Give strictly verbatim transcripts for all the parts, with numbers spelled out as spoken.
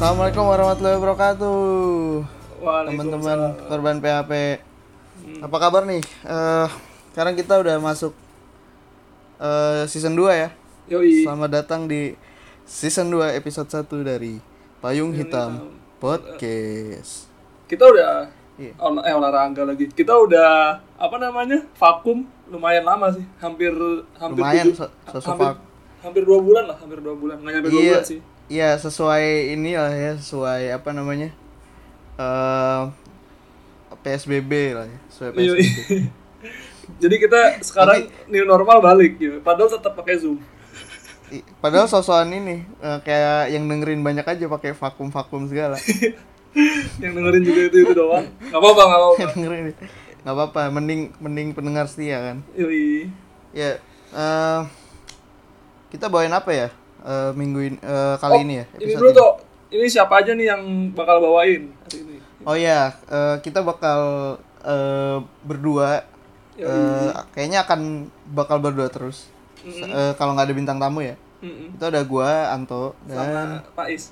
Assalamualaikum warahmatullahi wabarakatuh. Teman-teman Waalaikumsalam. korban P H P. Hmm. Apa kabar nih? Eh, sekarang kita udah masuk eh, season dua ya. Yoi. Selamat datang di season dua episode satu dari Payung Payung Hitam Hitam. Podcast. Kita udah Iya. olah- eh olahraga lagi. Kita udah apa namanya? Vakum lumayan lama sih. Hampir hampir Lumayan, tujuh- se- sesu hampir, vak- hampir dua bulan lah, hampir dua bulan. Nggak nyampe dua Iya, bulan sih. iya sesuai ini lah ya, sesuai apa namanya? Eh P S B B lah ya, sesuai P S B B. Yoi. Jadi kita sekarang new normal balik gitu. Padahal tetap pakai Zoom. I- Padahal sosokan ini eh, kayak yang dengerin banyak aja pakai vakum-vakum segala. Yang dengerin juga itu itu doang. Enggak apa-apa, enggak apa-apa. Yang dengerin nggak apa-apa, mending mending pendengar setia kan. Yoi. Ya, eh kita bawain apa ya eh, minggu ini eh, kali Oh, ini ya? Ini episode dulu tuh. Ini siapa aja nih yang bakal bawain hari ini? Oh ya, eh, kita bakal eh, berdua. Yoi. eh, kayaknya akan bakal berdua terus. Mm-mm. Eh, kalau nggak ada bintang tamu ya. Mm-mm. Itu ada gua, Anto, Sama dan Faiz.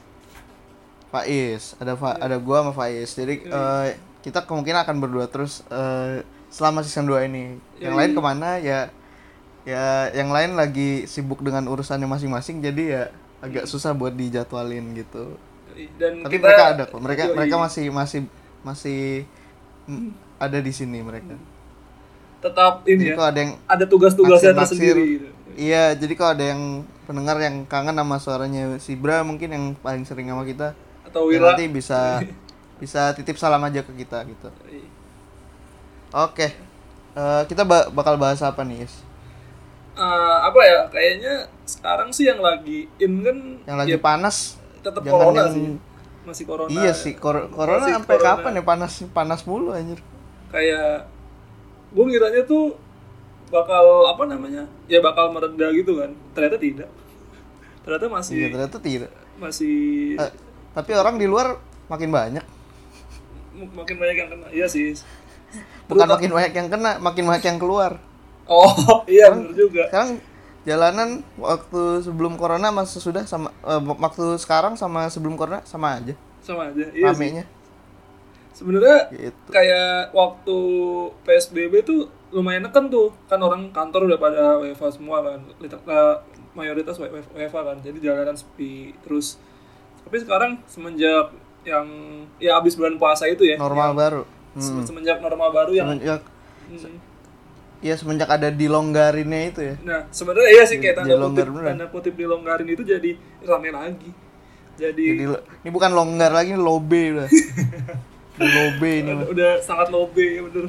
Faiz. Ada Fa- ada gua sama Faiz. Jadi eh, kita kemungkinan akan berdua terus eh, selama season dua ini. Yang Yoi. lain kemana ya? Ya, yang lain lagi sibuk dengan urusannya masing-masing, jadi ya agak susah buat dijadwalin gitu. Yoi. Dan Tapi kita, mereka ada kok. Mereka Yoi. mereka masih masih masih mm, ada di sini mereka. tetap ini Jadi ya. kalau ada yang Ada tugas-tugasnya naksir-naksir, tersendiri gitu. iya, jadi kalau ada yang pendengar yang kangen sama suaranya si Bra mungkin yang paling sering sama kita, Atau ya Wira. nanti bisa bisa titip salam aja ke kita gitu. Yoi. Oke. Eh, kita ba- bakal bahas apa nih, Is? Eh, apa ya? Kayaknya sekarang sih yang lagi in kan Yang lagi ya, panas. tetap jangan corona yang- sih. Masih corona. Iya sih, kor- corona Masih sampai corona. kapan ya panas panas mulu anjir. Kayak gue ngiranya tuh bakal apa namanya? Ya bakal mereda gitu kan. Ternyata tidak. Ternyata masih Iya, ternyata tidak. masih Eh, tapi orang di luar makin banyak. m- makin banyak yang kena. Iya sih. Bukan Terutama- makin banyak yang kena, makin banyak yang keluar. Oh, iya benar juga. Sekarang jalanan waktu sebelum corona sama sesudah sama eh, waktu sekarang sama sebelum corona sama aja. Sama aja. Iya sih. Ramenya Sebenarnya gitu. kayak waktu P S B B tuh lumayan neken tuh, kan orang kantor udah pada W F H semua kan, Liter- eh, mayoritas W F H kan, jadi jalanan sepi terus. Tapi sekarang semenjak yang ya abis bulan puasa itu ya, Normal yang baru. se- Hmm. semenjak normal baru yang, Semenjak Hmm. ya semenjak ada dilonggarinnya itu ya. nah sebenarnya iya sih kayak Jadi tanda longgar kutip, beneran. tanda kutip dilonggarin itu jadi rame lagi, jadi, Jadi lo- ini bukan longgar lagi, ini lobe udah. Udah lobe ini udah, mah. udah sangat lobe ya bener.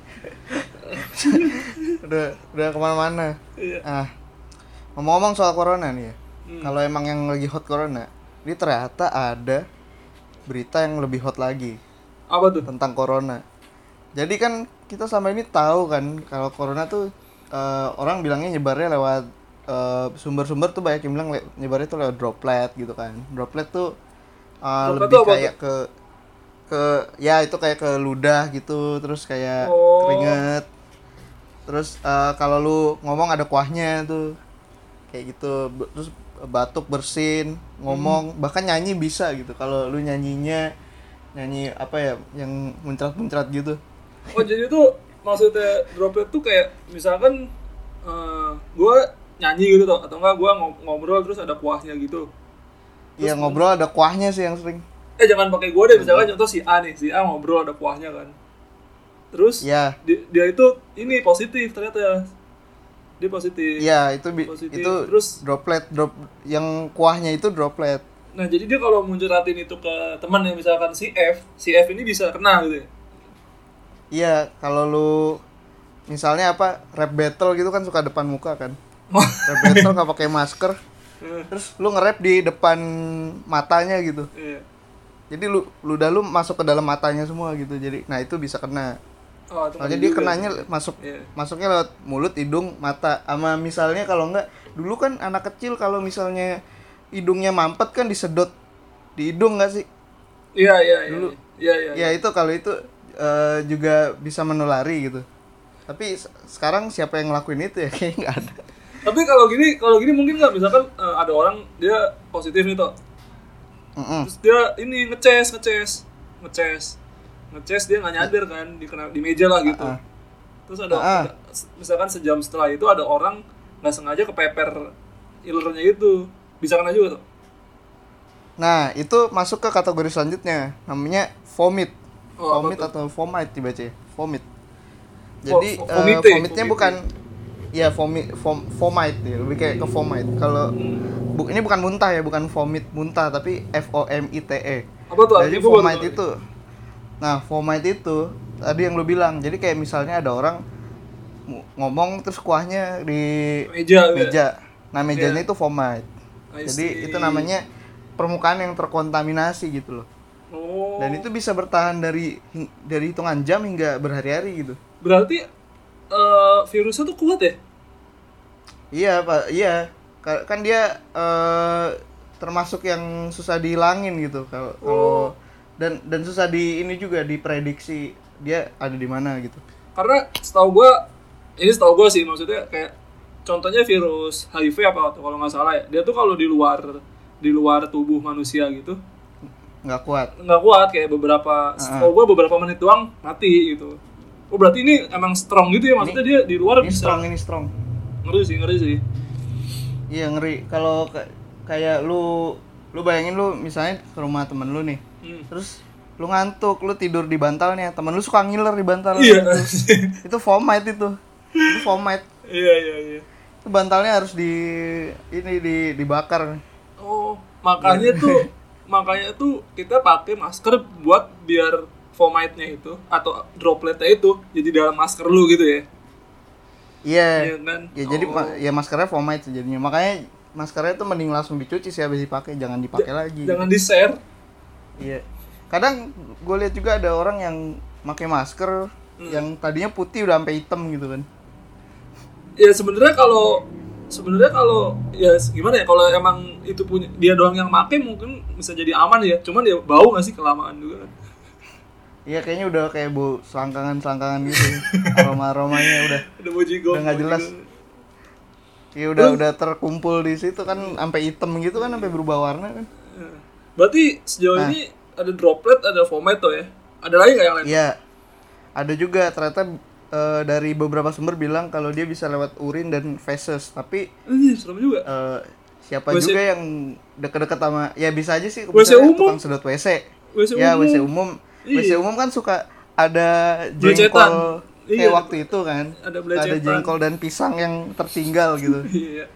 Udah udah kemana-mana. Iya. Ah, ngomong-ngomong soal corona nih ya. Hmm. Kalau emang yang lagi hot corona, ini ternyata ada berita yang lebih hot lagi Apa tuh? tentang corona. Jadi kan kita selama ini tahu kan kalau corona tuh eh, orang bilangnya nyebarnya lewat eh, sumber-sumber tuh banyak yang bilang le- nyebarnya tuh lewat droplet gitu kan. Droplet tuh eh, Droplet lebih tuh apa kayak ke ke ya itu kayak ke ludah gitu, terus kayak Oh. keringet. Terus eh, kalau lu ngomong ada kuahnya tuh. Kayak gitu. B- Terus batuk, bersin, ngomong, bahkan nyanyi bisa gitu. Kalau lu nyanyinya nyanyi apa ya yang muncrat-muncrat gitu. Oh jadi tuh maksudnya droplet tuh kayak misalkan uh, gue nyanyi gitu tuh atau enggak gue ngobrol terus ada kuahnya gitu. Iya, ngobrol ada kuahnya sih yang sering. Eh jangan pakai gue deh, misalkan contoh si A nih, si A ngobrol ada kuahnya kan. Terus Iya. di- dia itu ini positif ternyata. Dia positif. Iya, itu bi- Positif. itu Terus- droplet drop yang kuahnya itu droplet. Nah jadi dia kalau muncratin itu ke teman ya misalkan si F, si F ini bisa kena gitu ya. Iya, kalau lu misalnya apa rap battle gitu kan suka depan muka kan. Rap battle nggak pakai masker, terus lu nge-rap di depan matanya gitu. Iya. Jadi lu ludah lu masuk ke dalam matanya semua gitu. Jadi nah itu bisa kena. Oh, itu Makanya ngeri dia juga kenanya sih. masuk Iya. masuknya lewat mulut, hidung, mata. Sama misalnya kalau enggak dulu kan anak kecil kalau misalnya hidungnya mampet kan disedot di hidung enggak sih? Iya iya iya. Dulu. Iya iya. Ya itu kalau itu eh, juga bisa menulari gitu. Tapi se- sekarang siapa yang ngelakuin itu ya kayaknya nggak ada. Tapi kalau gini, kalau gini mungkin nggak misalkan uh, ada orang dia positif nih toh. Mm-mm. Terus dia ini ngeces, ngeces, ngeces, ngeces dia nggak nyadar kan di kena di meja lah gitu. Uh-uh. Terus ada, Uh-uh. ada misalkan sejam setelah itu ada orang nggak sengaja kepeper ilernya itu, bisa kena juga tuh. Nah, itu masuk ke kategori selanjutnya, namanya vomit. Oh, Vomit apa tuh? atau vomite dibaca ya, vomit. Jadi Vo- vo- eh, vomite, vomitnya vomite. bukan ya vomit vom, vomite ya, lebih kayak ke vomite. Kalau Hmm. bu, ini bukan muntah ya, bukan vomit muntah tapi V O M I T E. Apa tuh? Jadi Artinya gua baru vomite tahu itu. Nah, vomite itu tadi yang lu bilang. Jadi kayak misalnya ada orang mu- ngomong terus kuahnya di nih. Meja. ya? meja. Nah, mejanya Iya. itu vomite. I Jadi see. itu namanya permukaan yang terkontaminasi gitu loh. Oh. Dan itu bisa bertahan dari hing- dari hitungan jam hingga berhari-hari gitu. Berarti eh, virusnya tuh kuat ya? Iya, Pak. Iya. Ka- Kan dia eh, termasuk yang susah dihilangin gitu kalau kalau Oh. dan dan susah di ini juga diprediksi dia ada di mana gitu. Karena setahu gua, ini setahu gua sih, maksudnya kayak contohnya virus H I V apa tuh kalau nggak salah ya, dia tuh kalau di luar di luar tubuh manusia gitu Nggak kuat. nggak kuat, kayak beberapa setahu gua beberapa menit doang mati gitu. Oh berarti ini emang strong gitu ya, maksudnya dia di luar Ini bisa. strong, ini strong. Ngeri sih, ngeri sih. Iya, ngeri. Kalau ka- kayak lu lu bayangin lu misalnya ke rumah temen lu nih. Hmm. Terus lu ngantuk, lu tidur di bantalnya, temen lu suka ngiler di bantal. Iya. Itu vomite itu. Itu vomite. Iya iya iya. Itu bantalnya harus di ini di dibakar. Oh makanya tuh makanya tuh kita pakai masker buat biar vomite-nya itu atau dropletnya itu jadi dalam masker lu gitu ya. Iya. Iya kan? Ya jadi Oh. ma- ya maskernya vomite jadinya. Makanya maskernya tuh mending langsung dicuci sih habis dipakai, jangan dipakai lagi. Jangan di-share. Iya. Kadang gue lihat juga ada orang yang pakai masker Hmm. yang tadinya putih udah sampai hitam gitu kan. Ya sebenarnya kalau sebenarnya kalau ya gimana ya, kalau emang itu punya dia doang yang make mungkin bisa jadi aman ya. Cuman ya bau nggak sih kelamaan juga kan. Iya, kayaknya udah kayak bau selangkangan-selangkangan gitu. Aroma-aromanya udah Udah mau jigong. udah nggak mau jelas. jigong. Iya, udah Terus- udah terkumpul di situ kan sampai hitam gitu kan, sampai berubah warna kan. Ya. Berarti sejauh Nah. ini ada droplet, ada vomite tuh ya. Ada lagi nggak yang lain? Iya. Ada juga ternyata eh, dari beberapa sumber bilang kalau dia bisa lewat urin dan feces, tapi Anjir, serem juga. eh, siapa W C juga yang deket-deket sama ya bisa aja sih W C misalnya umum? tukang sedot W C. W C Ya, umum. W C umum. Iya. W C umum kan suka ada Belecetan. jengkol kayak Iya. waktu itu kan. Ada belecetan. jengkol dan pisang yang tertinggal gitu. Iya.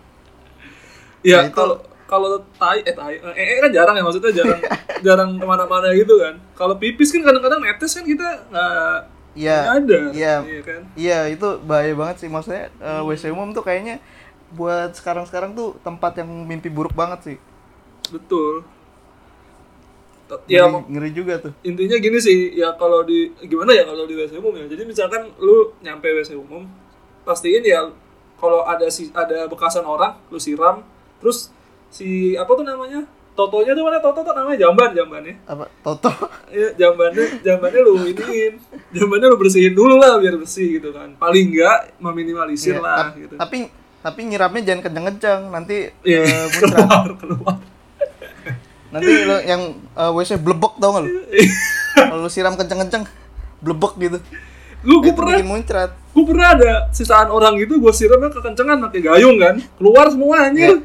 Ya Nah, itu- kalau kalau tai eh tai eh, eh kan jarang ya, maksudnya jarang jarang kemana-mana gitu kan. Kalau pipis kan kadang-kadang netes kan kita nggak Iya. nggak ada. Iya. Iya kan. Iya, itu bahaya banget sih maksudnya eh, W C umum tuh kayaknya buat sekarang-sekarang tuh tempat yang mimpi buruk banget sih. Betul. Ya Ngeri, ngeri juga tuh. intinya gini sih, ya kalau di gimana ya kalau di W C umum ya. Jadi misalkan lu nyampe W C umum, pastiin ya kalau ada si ada bekasan orang, lu siram, terus si apa tuh namanya? Totonya tuh mana? Toto tuh namanya jamban, jambannya. Apa Toto? Iya, jambannya, jambannya lu iniin, jambannya lu bersihin dulu lah biar bersih gitu kan. Paling enggak meminimalisir Iya, lah tap- gitu. Tapi tapi nyiramnya jangan kenceng-kenceng, nanti Iya, eh, muncrat. keluar, keluar. Nanti lo yang eh, W C blebek tau gak lu? Kalau lu siram kenceng-kenceng blebek gitu. Lu gue Itu pernah, bikin muncrat. gue pernah ada sisaan orang gitu, gue siramnya kekencengan pakai gayung kan, keluar semua anjir.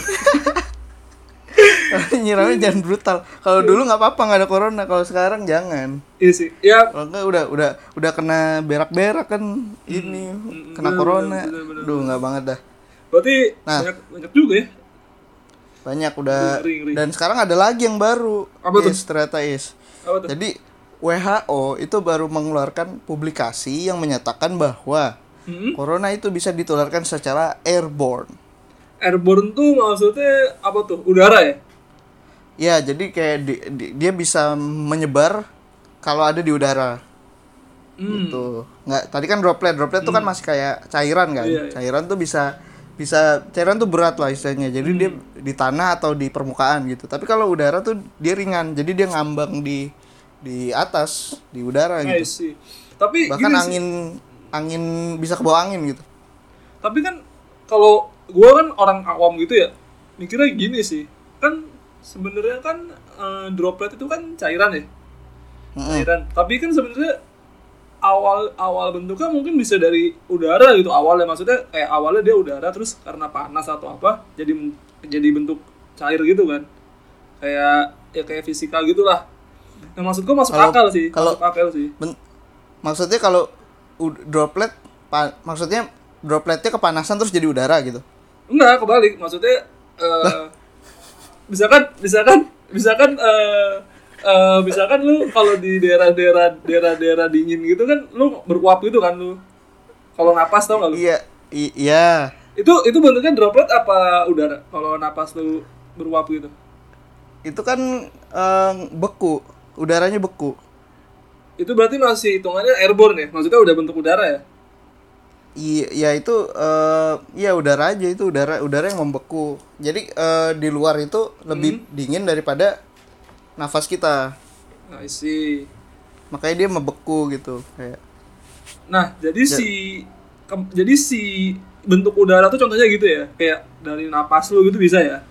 Nyiramnya jangan brutal. Kalau dulu nggak apa-apa, nggak ada corona. Kalau sekarang jangan. Iya sih, ya Kalau enggak udah udah udah kena berak-berak kan ini Hmm, kena bener, corona. bener, bener, Duh, nggak banget dah. berarti Nah. banyak banyak juga ya. Banyak udah. Ngeri, ngeri. Dan sekarang ada lagi yang baru. Apa tuh? Is, ternyata is. Apa tuh? Jadi W H O itu baru mengeluarkan publikasi yang menyatakan bahwa Hmm? corona itu bisa ditularkan secara airborne. Airborne tuh maksudnya apa tuh? Udara ya? Ya, jadi kayak di- di- dia bisa menyebar kalau ada di udara. Hmm. Gitu. Nggak, tadi kan droplet, droplet tuh kan masih kayak cairan kan. Iya, iya. Cairan tuh bisa bisa cairan tuh berat lah istilahnya. Jadi dia Hmm. di tanah atau di permukaan gitu. Tapi kalau udara tuh dia ringan. Jadi dia ngambang di di atas, di udara I gitu. see. Tapi Bahkan gini sih. angin angin bisa ke bawah angin gitu. Tapi kan kalau gua kan orang awam gitu ya, mikirnya gini sih. Kan sebenarnya kan uh, droplet itu kan cairan ya, Mm-mm. cairan. Tapi kan sebenarnya awal awal bentuknya mungkin bisa dari udara gitu awalnya, maksudnya kayak awalnya dia udara terus karena panas atau apa jadi jadi bentuk cair gitu kan, kayak ya kayak fisika gitulah. Nah maksud gua masuk Kalau- akal sih, kalau- masuk akal sih. Ben- maksudnya kalau u- droplet pa- maksudnya dropletnya kepanasan terus jadi udara gitu. Enggak, kebalik. Maksudnya uh, misalkan misalkan misalkan uh, uh, misalkan lu kalau di daerah-daerah daerah-daerah dingin gitu kan lu beruap gitu kan lu. Kalau napas tau enggak lu? Iya, i- iya. Itu itu bentuknya droplet apa udara? Kalau napas lu beruap gitu. Itu kan eh, beku, udaranya beku. Itu berarti masih hitungannya airborne ya? Maksudnya udah bentuk udara ya? Iya, ya itu eh ya udara aja, itu udara udara yang membeku. Jadi eh, di luar itu lebih dingin daripada nafas kita. I see. Makanya dia membeku gitu kayak. Nah, jadi Ja- si ke- jadi si bentuk udara tuh contohnya gitu ya? Kayak dari napas lu gitu bisa ya?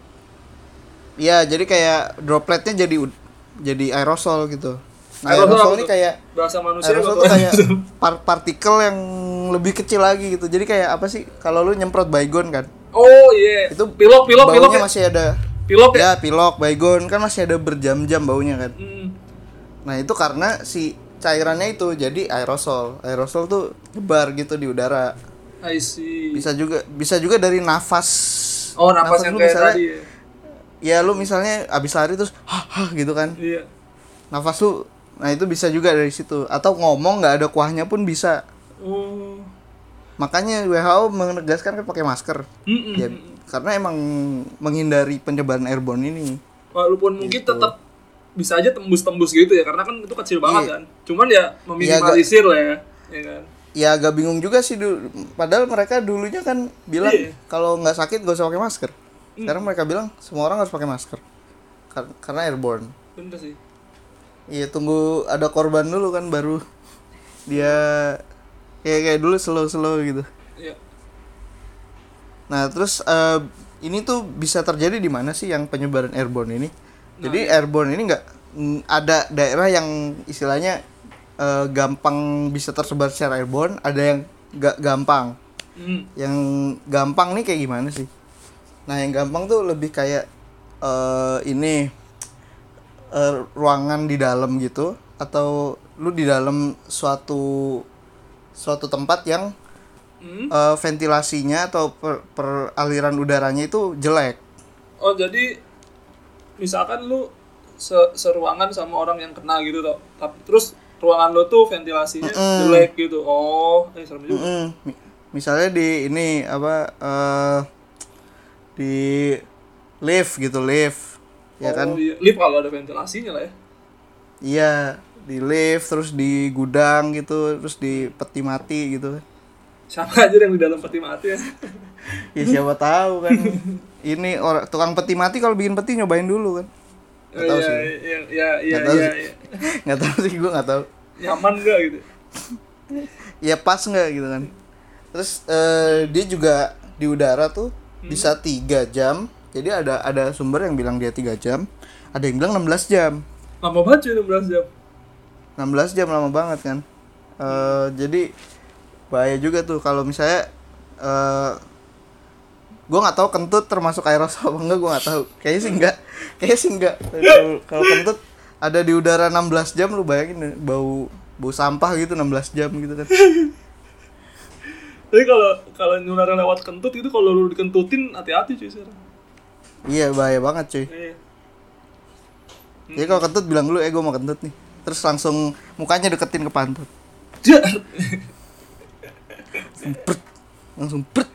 Iya, jadi kayak dropletnya jadi ud- jadi aerosol gitu. Nah, Aerosol aerosol, apa ini tuh? kayak Bahasa manusia aerosol apa tuh tuh? kayak par- partikel yang lebih kecil lagi gitu. Jadi kayak apa sih? Kalau lu nyemprot baygon kan, Oh iya. itu pilok pilok pilok baunya ya? masih ada. Pilok ya? Ya, pilok, baygon kan masih ada berjam-jam baunya kan. Hmm. Nah, itu karena si cairannya itu jadi aerosol. Aerosol tuh nyebar gitu di udara. I see. Bisa juga bisa juga dari nafas. Oh, napas yang lu kayak misalnya, tadi ya. ya lu misalnya abis lari terus hah hah gitu kan. Iya. Nafas lu, nah itu bisa juga dari situ. Atau ngomong nggak ada kuahnya pun bisa. Oh. Makanya W H O menegaskan kan pakai masker. Mm-mm. Ya, karena emang menghindari penyebaran airborne ini. Walaupun mungkin Gitu. tetap bisa aja tembus-tembus gitu ya, karena kan itu kecil banget Iya. kan. Cuman ya meminimalisir lah ya. Ya kan. Ya agak bingung juga sih dulu. Padahal mereka dulunya kan bilang Iya. kalau nggak sakit gak usah pakai masker. Sekarang mereka bilang semua orang harus pakai masker. Kar- karena airborne. Bener sih. Iya, tunggu ada korban dulu kan baru dia kayak kayak dulu slow-slow gitu. Iya. Nah, terus eh, ini tuh bisa terjadi di mana sih yang penyebaran airborne ini? Jadi airborne ini nggak mm, ada daerah yang istilahnya eh, gampang bisa tersebar secara airborne, ada yang nggak gampang. Hmm. Yang gampang nih kayak gimana sih? Nah, yang gampang tuh lebih kayak eh ini eh, ruangan di dalam gitu, atau lu di dalam suatu suatu tempat yang Hmm. eh, ventilasinya atau per, per aliran udaranya itu jelek. Oh, jadi misalkan lu se seruangan sama orang yang kena gitu toh. Tapi terus ruangan lu tuh ventilasinya Mm-mm. jelek gitu. Oh, eh serem juga. Mm-mm. Mi- Misalnya di ini apa eh di lift gitu, lift. Ya kan? Oh, iya. Lift kalau ada ventilasinya lah ya. Iya, di lift, terus di gudang gitu, terus di peti mati gitu. Sama aja yang di dalam peti mati ya. Ya siapa tahu kan. Ini orang tukang peti mati kalau bikin peti nyobain dulu kan. Nggak tahu Iya, sih. iya, iya, iya, Nggak tahu iya, sih. iya. Nggak tahu sih, gue nggak tahu. Nyaman enggak gitu? Ya pas nggak gitu kan. Terus eh, dia juga di udara tuh bisa tiga jam. Jadi ada ada sumber yang bilang dia tiga jam, ada yang bilang enam belas jam. Lama banget cuy enam belas jam. enam belas jam lama banget kan. Eh, jadi bahaya juga tuh kalau misalnya eh gue nggak tahu kentut termasuk aerosol apa enggak, gue nggak tahu. Kayaknya sih enggak. Kayaknya sih enggak. Kalau kalau kentut ada di udara enam belas jam, lu bayangin deh, bau bau sampah gitu enam belas jam gitu kan. Tapi kalau kalau nular lewat kentut itu, kalau lu dikentutin hati-hati cuy sekarang. Iya, bahaya banget cuy. Iya. Jadi kalau kentut bilang dulu, eh gue mau kentut nih. Terus langsung mukanya deketin ke pantat. Jar. Prut. Langsung prut.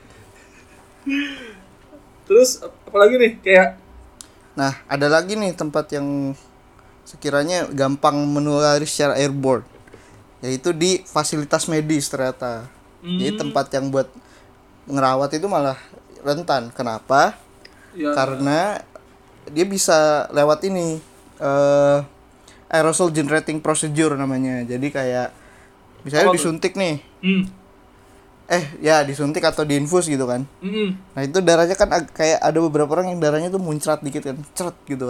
Terus apalagi nih kayak Nah, ada lagi nih tempat yang sekiranya gampang menulari secara airborne, yaitu di fasilitas medis ternyata. Jadi tempat yang buat ngerawat itu malah rentan. Kenapa? ya, Karena dia bisa lewat ini eh aerosol generating procedure namanya. Jadi kayak misalnya Apa tuh? disuntik nih. hmm. Eh, ya disuntik atau diinfus gitu kan. Hmm. Nah, itu darahnya kan ag- kayak ada beberapa orang yang darahnya tuh muncrat dikit kan. Ceret gitu kan.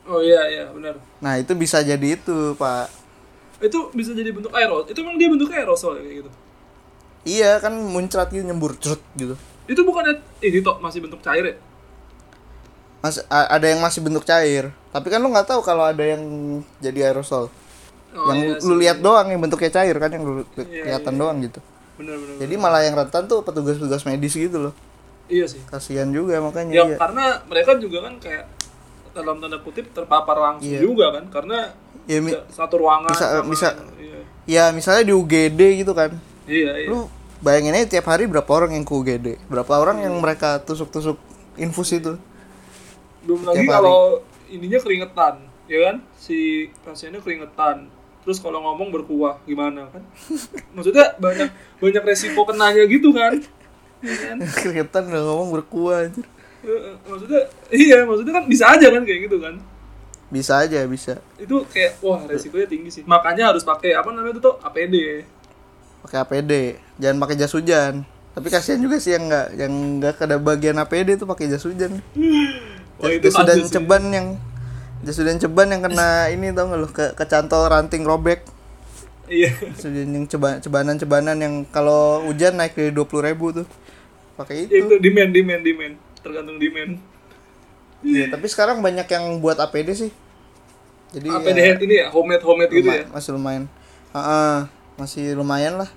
Oh iya iya benar. Nah itu bisa jadi itu pak. Itu bisa jadi bentuk aerosol. Itu emang dia bentuk aerosol ya, kayak gitu. Iya kan muncrat gitu, nyembur cerut gitu. Itu bukannya ini toh masih bentuk cair ya? Mas a- ada yang masih bentuk cair. Tapi kan lu nggak tahu kalau ada yang jadi aerosol. Oh, yang iya lu sih. lihat doang yang bentuknya cair kan, yang lu li- Iya, kelihatan iya, doang iya. gitu. Benar benar. Jadi benar. malah yang rentan tuh petugas-petugas medis gitu loh. Iya sih. Kasihan juga makanya. Ya iya. karena mereka juga kan kayak dalam tanda kutip terpapar langsung Iya. juga kan, karena Ya, mi- satu ruangan bisa- sama, bisa- iya. ya misalnya di U G D gitu kan. Iya, iya. Lu bayangin aja tiap hari berapa orang yang ke U G D, berapa orang yang mereka tusuk-tusuk infus itu. Belum lagi Tiap hari. kalau ininya keringetan, ya kan? Si pasiennya keringetan. Terus kalau ngomong berkuah gimana kan? Maksudnya banyak banyak resiko kenanya gitu kan? Iya kan? Keringetan udah ngomong berkuah anjir. Eh, eh, Maksudnya iya, maksudnya kan bisa aja kan kayak gitu kan? Bisa aja, bisa. Itu kayak wah resikonya tinggi sih. Makanya harus pakai apa namanya itu tuh A P D. Pakai A P D, jangan pakai jas hujan. Tapi kasihan juga sih yang enggak yang enggak ada bagian A P D tuh pakai jas hujan. Wah, Jas, itu jas hujan kasus sih. ceban yang jas hujan ceban yang kena ini tau nggak lu, ke kecantol ranting robek. Iya. Jas hujan yang ceba, cebanan-cebanan yang kalau hujan naik dari dua puluh ribu tuh. Pakai itu. Itu demand demand demand, tergantung demand. Iya, tapi sekarang banyak yang buat A P D sih. Jadi A P D ya, ini ya, homemade homemade gitu luma- ya. masih lumayan. Heeh, masih lumayan lah.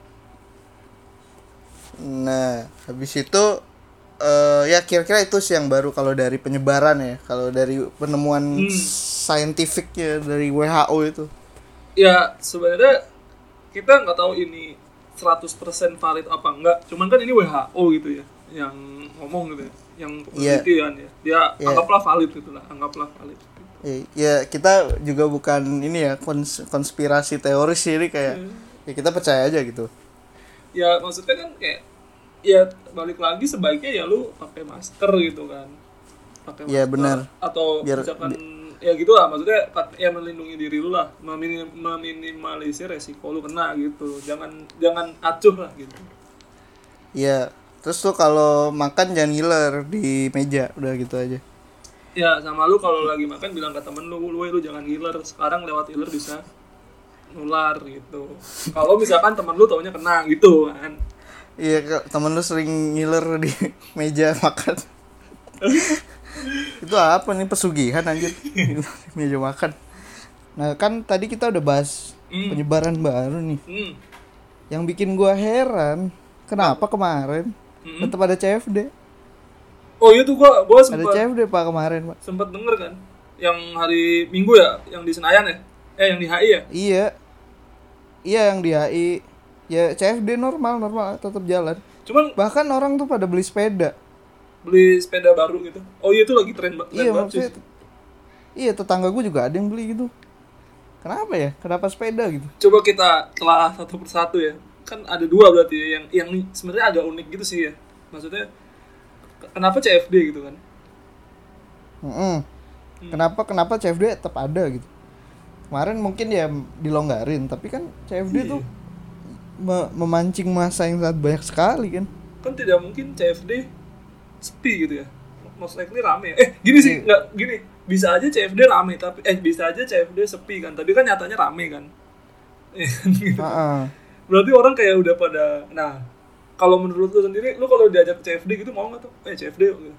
Nah, habis itu eh ya kira-kira itu sih yang baru kalau dari penyebaran ya. Kalau dari penemuan Hmm. saintifiknya dari W H O itu. Ya sebenarnya kita nggak tahu ini seratus persen valid apa enggak, cuman kan ini W H O gitu ya yang ngomong gitu ya, yang Iya. penelitian ya, dia Iya. anggaplah valid gitu lah, anggaplah valid gitu. Ya, ya kita juga bukan ini ya kons- konspirasi teoris sih, ini kayak Hmm. ya kita percaya aja gitu. Ya maksudnya kan kayak ya balik lagi sebaiknya ya lu pakai masker gitu kan, pakai Iya, masker benar. atau Biar- misalkan ya gitu lah, maksudnya pat- ya melindungi diri lu lah, meminim- meminimalisir resiko lu kena gitu, jangan jangan acuh lah gitu. Ya, terus tuh kalau makan jangan ngiler di meja, udah gitu aja. Ya sama lu kalau lagi makan bilang ke temen lu, lu, lu jangan ngiler, sekarang lewat ngiler bisa nular gitu. Kalau misalkan temen lu taunya kena gitu kan. Iya, ke- temen lu sering ngiler di meja makan. Itu apa nih, pesugihan anjir di meja makan. Nah, kan tadi kita udah bahas Hmm. penyebaran baru nih. Hmm. Yang bikin gua heran, kenapa kemarin Hmm. tetap ada C F D? Oh iya tuh gua gua Ada sempat C F D Pak kemarin, Pak. sempat denger kan, yang hari Minggu ya, yang di Senayan ya, eh yang di H I ya. Iya. Iya yang di H I. Ya C F D normal, normal tetap jalan. Cuman Bahkan orang tuh pada beli sepeda. beli sepeda baru gitu. Oh iya tuh lagi tren, ba- tren Iya, banget maksudnya sih. iya, tetangga gue juga ada yang beli gitu. Kenapa ya? Kenapa sepeda gitu? Coba kita telah satu persatu ya. Kan ada dua berarti ya, yang yang sebenarnya agak unik gitu sih ya. Maksudnya kenapa C F D gitu kan? Mm-mm. Kenapa kenapa C F D tetap ada gitu? Kemarin mungkin ya dilonggarin, tapi kan C F D Iya. tuh me- memancing massa yang sangat banyak sekali kan. Kan tidak mungkin C F D sepi gitu ya, most likely rame. Eh gini sih, Iya. nggak gini, bisa aja C F D rame tapi eh bisa aja C F D sepi kan, tapi kan nyatanya rame kan. Iya kan, gitu. Heeh. Berarti orang kayak udah pada, nah kalau menurut lu sendiri, lu kalau diajak C F D gitu mau nggak tuh? Eh C F D gitu.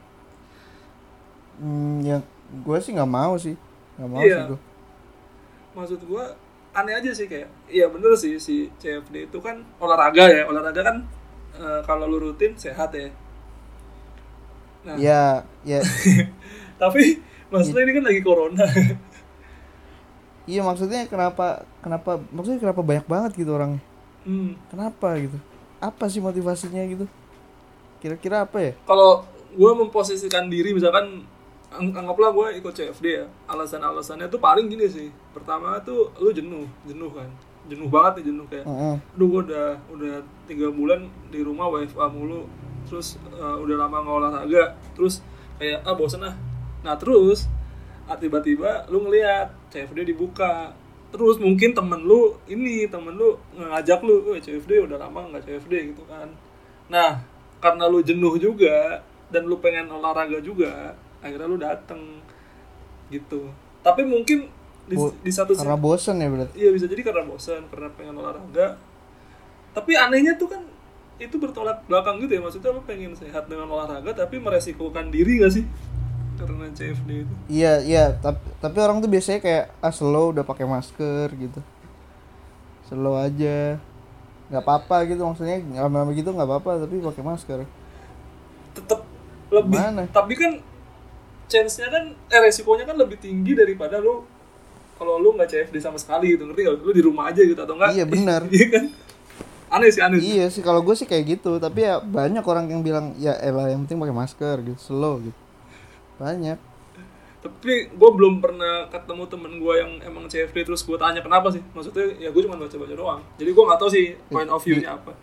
Hmm, ya gue sih nggak mau sih, nggak mau Iya. sih gue. Maksud gua aneh aja sih, kayak iya bener sih si C F D itu kan olahraga ya, olahraga kan eh, kalau lu rutin sehat ya. Nah, Ya, ya, tapi maksudnya ini kan lagi corona. iya maksudnya kenapa, kenapa, maksudnya kenapa banyak banget gitu orangnya? hmm. Kenapa gitu? Apa sih motivasinya gitu? Kira-kira apa ya? Kalau gue memposisikan diri misalkan ang- anggaplah gue ikut C F D ya, alasan-alasannya tuh paling gini sih. Pertama tuh lu jenuh jenuh kan, jenuh banget nih, jenuh kayak Heeh. aduh gue udah udah tiga bulan di rumah W F A mulu, terus eh, udah lama nggak olahraga, terus kayak ah bosen ah. Nah terus ah, tiba-tiba lu ngeliat C F D dibuka, terus mungkin temen lu ini temen lu ngajak lu, "Woi, C F D udah lama nggak C F D" gitu kan. Nah karena lu jenuh juga dan lu pengen olahraga juga, akhirnya lu dateng. gitu. Tapi mungkin di, Bo- di satu karena sisi bosen ya berarti. iya bisa jadi karena bosan, karena pengen olahraga. Tapi anehnya tuh kan itu bertolak belakang gitu ya, maksudnya lo pengen sehat dengan olahraga tapi meresikokan diri gak sih karena C F D itu? Iya, iya, tapi tapi orang tuh biasanya kayak ah slow udah pakai masker gitu. Slow aja. Nggak apa-apa gitu, maksudnya lama-lama gitu nggak apa-apa tapi pakai masker. Tetap lebih Gimana? tapi kan chance-nya kan eh resikonya kan lebih tinggi daripada lo kalau lu nggak C F D sama sekali gitu, ngerti gak? Lu di rumah aja gitu atau enggak? Iya, benar. Iya kan? Aneh sih, aneh sih. Iya sih, kalau gue sih kayak gitu, tapi ya banyak orang yang bilang ya elah yang penting pakai masker gitu, slow gitu. Banyak. Tapi gue belum pernah ketemu temen gue yang emang C F D terus gue tanya kenapa sih. Maksudnya ya gue cuma baca-baca doang. Jadi gue nggak tahu sih point of view-nya apa.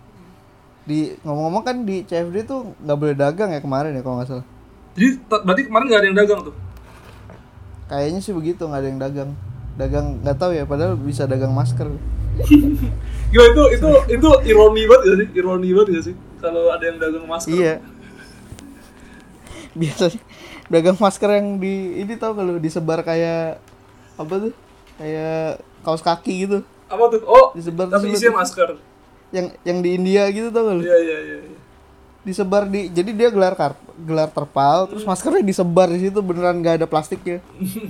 Di ngomong-ngomong kan di C F D tuh nggak boleh dagang ya kemarin ya kalau nggak salah. Jadi t- berarti kemarin nggak ada yang dagang tuh? Kayaknya sih begitu, nggak ada yang dagang. Dagang nggak tahu ya, padahal bisa dagang masker. Gila itu itu itu ironi banget gak sih? Ironi banget gak sih? Kalau ada yang dagang masker. Iya. Biasanya dagang masker yang di ini tau kalau disebar kayak apa tuh? Kayak kaos kaki gitu. Apa tuh? Oh, Disebar tapi disebar. isinya masker. Yang yang di India gitu tau kalau. Iya iya iya. iya. Disebar di, jadi dia gelar kar, gelar terpal, terus maskernya disebar di situ beneran nggak ada plastiknya.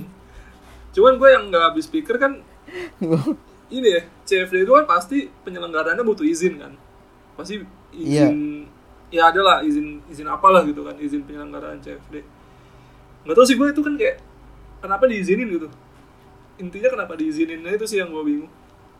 Cuman gue yang nggak habis pikir kan ini ya, C F D itu kan pasti penyelenggaraannya butuh izin kan, pasti izin, yeah. ya adalah izin izin apalah gitu kan, izin penyelenggaraan C F D. Nggak tahu sih gue itu kan kayak kenapa diizinin gitu, intinya kenapa diizininnya itu sih yang gue bingung.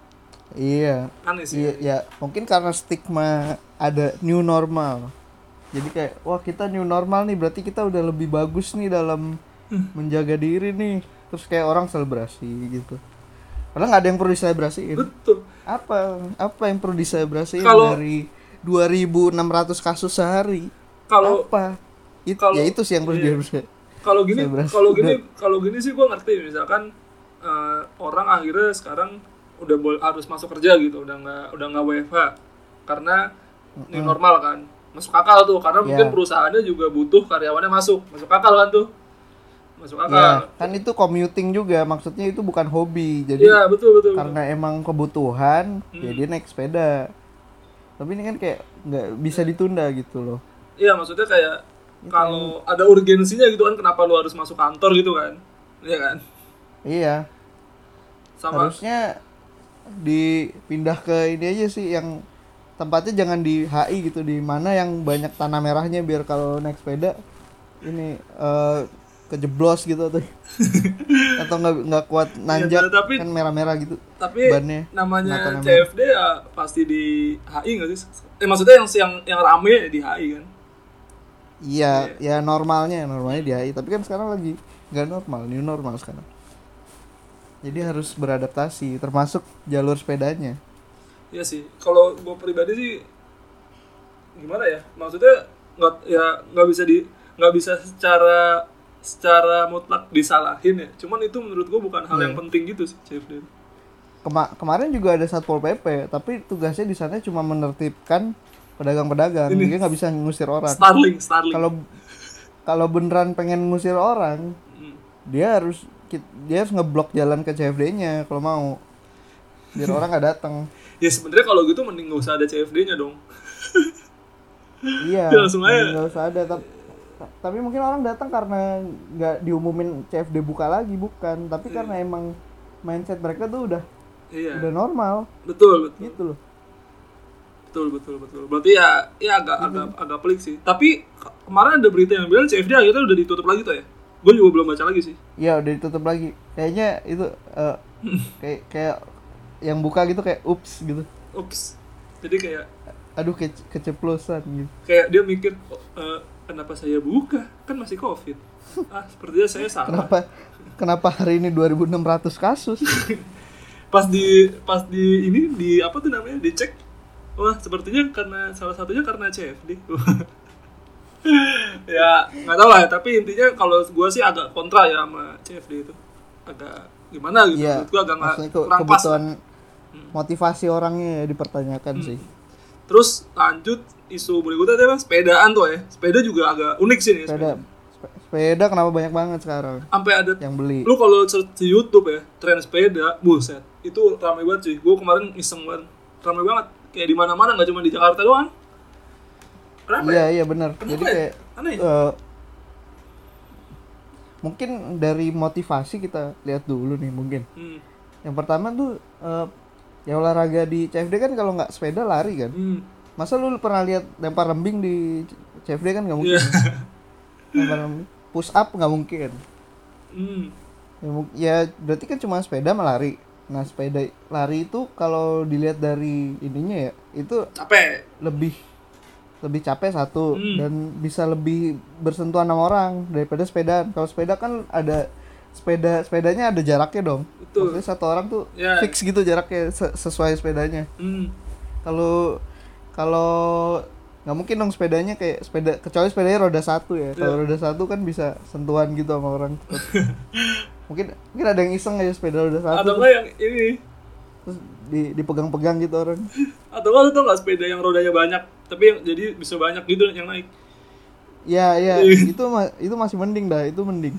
Iya. Aneh sih. Iya, ya mungkin karena stigma ada new normal. Jadi kayak wah kita new normal nih, berarti kita udah lebih bagus nih dalam menjaga diri nih. Terus kayak orang selebrasi gitu. Padahal nggak ada yang perlu diselebrasiin. Betul. Apa apa yang perlu diselebrasiin Kalau- dari dua ribu enam ratus kasus sehari? Kalau Apa? It, kalau- ya itu sih yang perlu iya. diselebrasiin. kalau gini Selebrasi. kalau gini kalau gini sih gue ngerti, misalkan eh, orang akhirnya sekarang udah bol- harus masuk kerja gitu, udah nggak udah nggak W F H karena ini normal kan, masuk akal tuh karena mungkin Yeah. perusahaannya juga butuh karyawannya masuk masuk akal kan tuh, masuk akal. Ya, kan itu commuting juga, maksudnya itu bukan hobi. Jadi Iya betul betul. karena emang kebutuhan, Hmm. ya dia naik sepeda. Tapi ini kan kayak nggak bisa ditunda gitu loh. Iya maksudnya kayak Itu kalau ada urgensinya gitu kan, kenapa lu harus masuk kantor gitu kan, iya kan? Iya, Sama harusnya dipindah ke ini aja sih, yang tempatnya jangan di H I gitu, di mana yang banyak tanah merahnya biar kalau naik sepeda ini eh, kejeblos gitu atau atau nggak nggak kuat nanjak, Ya, tapi- kan merah-merah gitu. tapi bannya. namanya Kenapa C namanya? F D ya pasti di H I nggak sih? Eh maksudnya yang yang yang rame di H I kan? Iya, ya normalnya normalnya di H I, tapi kan sekarang lagi nggak normal, new normal sekarang. Jadi harus beradaptasi, termasuk jalur sepedanya. Iya sih. Kalau gue pribadi sih gimana ya? Maksudnya nggak ya nggak bisa di nggak bisa secara secara mutlak disalahin ya. Cuman itu menurut gue bukan hal yang Iya. penting gitu sih C F D. Kema- kemarin juga ada Satpol P P, tapi tugasnya di sana cuma menertibkan pedagang-pedagang. Ini. Dia nggak bisa ngusir orang. Starling, Starling. Kalau kalau beneran pengen ngusir orang, Hmm. dia harus dia harus ngeblok jalan ke C F D-nya kalau mau. Biar orang nggak datang. Ya sebenarnya kalau gitu mending nggak usah ada C F D-nya dong. Iya. Ya, langsung aja. Nggak usah ada. Tapi, tapi mungkin orang datang karena nggak diumumin C F D buka lagi, bukan. Tapi Iya. karena emang mindset mereka tuh udah Iya. udah normal, Betul, betul. gitu loh. Betul, betul, betul. Berarti ya ya agak agak agak pelik sih. Tapi ke- kemarin ada berita yang bilang C F D akhirnya udah ditutup lagi tuh ya. Gue juga belum baca lagi sih. Iya, udah ditutup lagi. Kayaknya itu eh, kayak kayak yang buka gitu kayak ups gitu. Ups. Jadi kayak Aduh ke keceplosan gitu. kayak dia mikir "Oh, eh, kenapa saya buka? Kan masih Covid. Ah, sepertinya saya salah. Kenapa kenapa hari ini dua ribu enam ratus kasus? Pas di pas di ini di apa tuh namanya? Dicek. Wah, sepertinya karena salah satunya karena C F D. Ya, nggak tahu lah ya, tapi intinya kalau gue sih agak kontra ya sama C F D itu. Agak gimana gitu. Iya. Menurut gue agak nggak Maksudnya ke- kurang pas. kebutuhan motivasi orangnya ya dipertanyakan sih. Terus lanjut isu berikutnya apa? Sepedaan tuh ya. Sepeda juga agak unik sih nih Sepeda sepeda. Sepeda kenapa banyak banget sekarang Sampai ada yang beli. lu kalau search di YouTube ya, tren sepeda, buset. Itu ramai banget sih. Gua kemarin iseng banget. Ramai banget. Kayak di mana-mana, enggak cuma di Jakarta doang. Kenapa? Iya, ya? iya benar. Kenapa Jadi ya? kayak Aneh. eh, mungkin dari motivasi kita lihat dulu nih mungkin. Hmm. Yang pertama tuh eh, ya olahraga di C F D kan kalau nggak sepeda lari kan. Hmm. Masa lu pernah lihat lempar lembing di C F D kan nggak mungkin. Iya. Lempar lembing. Push up nggak mungkin. Hmm. Ya, mu- ya berarti kan cuma sepeda sama lari. Nah sepeda lari itu kalau dilihat dari ininya ya itu Capek. lebih lebih capek satu Hmm. dan bisa lebih bersentuhan sama orang daripada sepeda. Kalau sepeda kan ada sepeda sepedanya ada jaraknya dong. Betul. Maksudnya satu orang tuh Ya. fix gitu jaraknya se- sesuai sepedanya. Hmm. Kalau kalau nggak mungkin dong sepedanya kayak sepeda kecuali sepedanya roda satu ya. Kalau Ya. roda satu kan bisa sentuhan gitu sama orang. mungkin mungkin ada yang iseng aja sepeda roda satu. Atau Terus, enggak yang ini? terus di, dipegang-pegang gitu orang. Atau enggak lu tau enggak sepeda yang rodanya banyak, tapi yang jadi bisa banyak gitu yang naik. Ya ya itu ma- itu masih mending dah itu mending.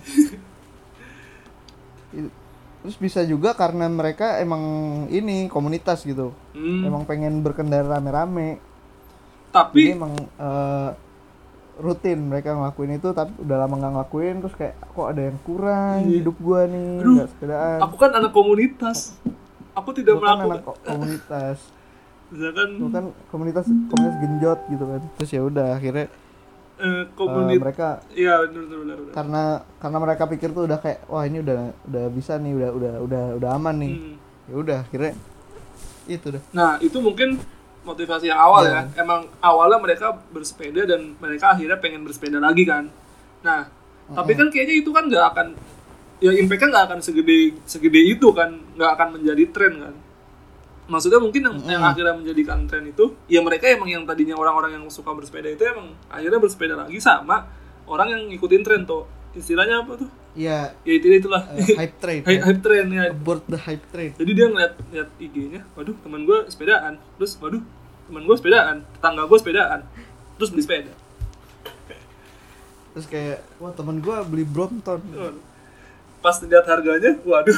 Itu- Terus bisa juga karena mereka emang ini komunitas gitu. Hmm. Emang pengen berkendara rame-rame. Jadi Tapi emang eh, rutin mereka ngelakuin itu tapi udah lama nggak ngelakuin terus kayak kok ada yang kurang Iya. hidup gua nih Aduh, nggak sepedaan. aku kan anak komunitas. Aku tidak Gua kan melakukan. anak ko- komunitas. Misalkan Gua kan komunitas komunitas genjot gitu kan. Terus ya udah akhirnya eh, eh, komunitas. mereka Iya, benar benar benar. benar. karena karena mereka pikir tuh udah kayak wah ini udah udah bisa nih udah udah udah udah aman nih. Hmm. Ya udah akhirnya itu dah. Nah, itu mungkin motivasi yang awal Iya. ya. Emang awalnya mereka bersepeda dan mereka akhirnya pengen bersepeda lagi kan. Nah, tapi kan kayaknya itu kan nggak akan, ya impact-nya nggak akan segede segede itu kan, nggak akan menjadi tren kan. Maksudnya mungkin yang, yang akhirnya menjadikan tren itu, ya mereka emang yang tadinya orang-orang yang suka bersepeda itu emang akhirnya bersepeda lagi sama orang yang ngikutin tren tuh. Istilahnya apa tuh? Iya, Ya itu itulah. eh, hype train. hype, hype train ya. Aboard the hype train. Jadi dia ngeliat ngeliat I G-nya, waduh teman gue sepedaan, terus waduh teman gue sepedaan, tetangga gue sepedaan, terus beli sepeda. Terus kayak wah temen gue beli Brompton. Waduh. Pas lihat harganya, waduh,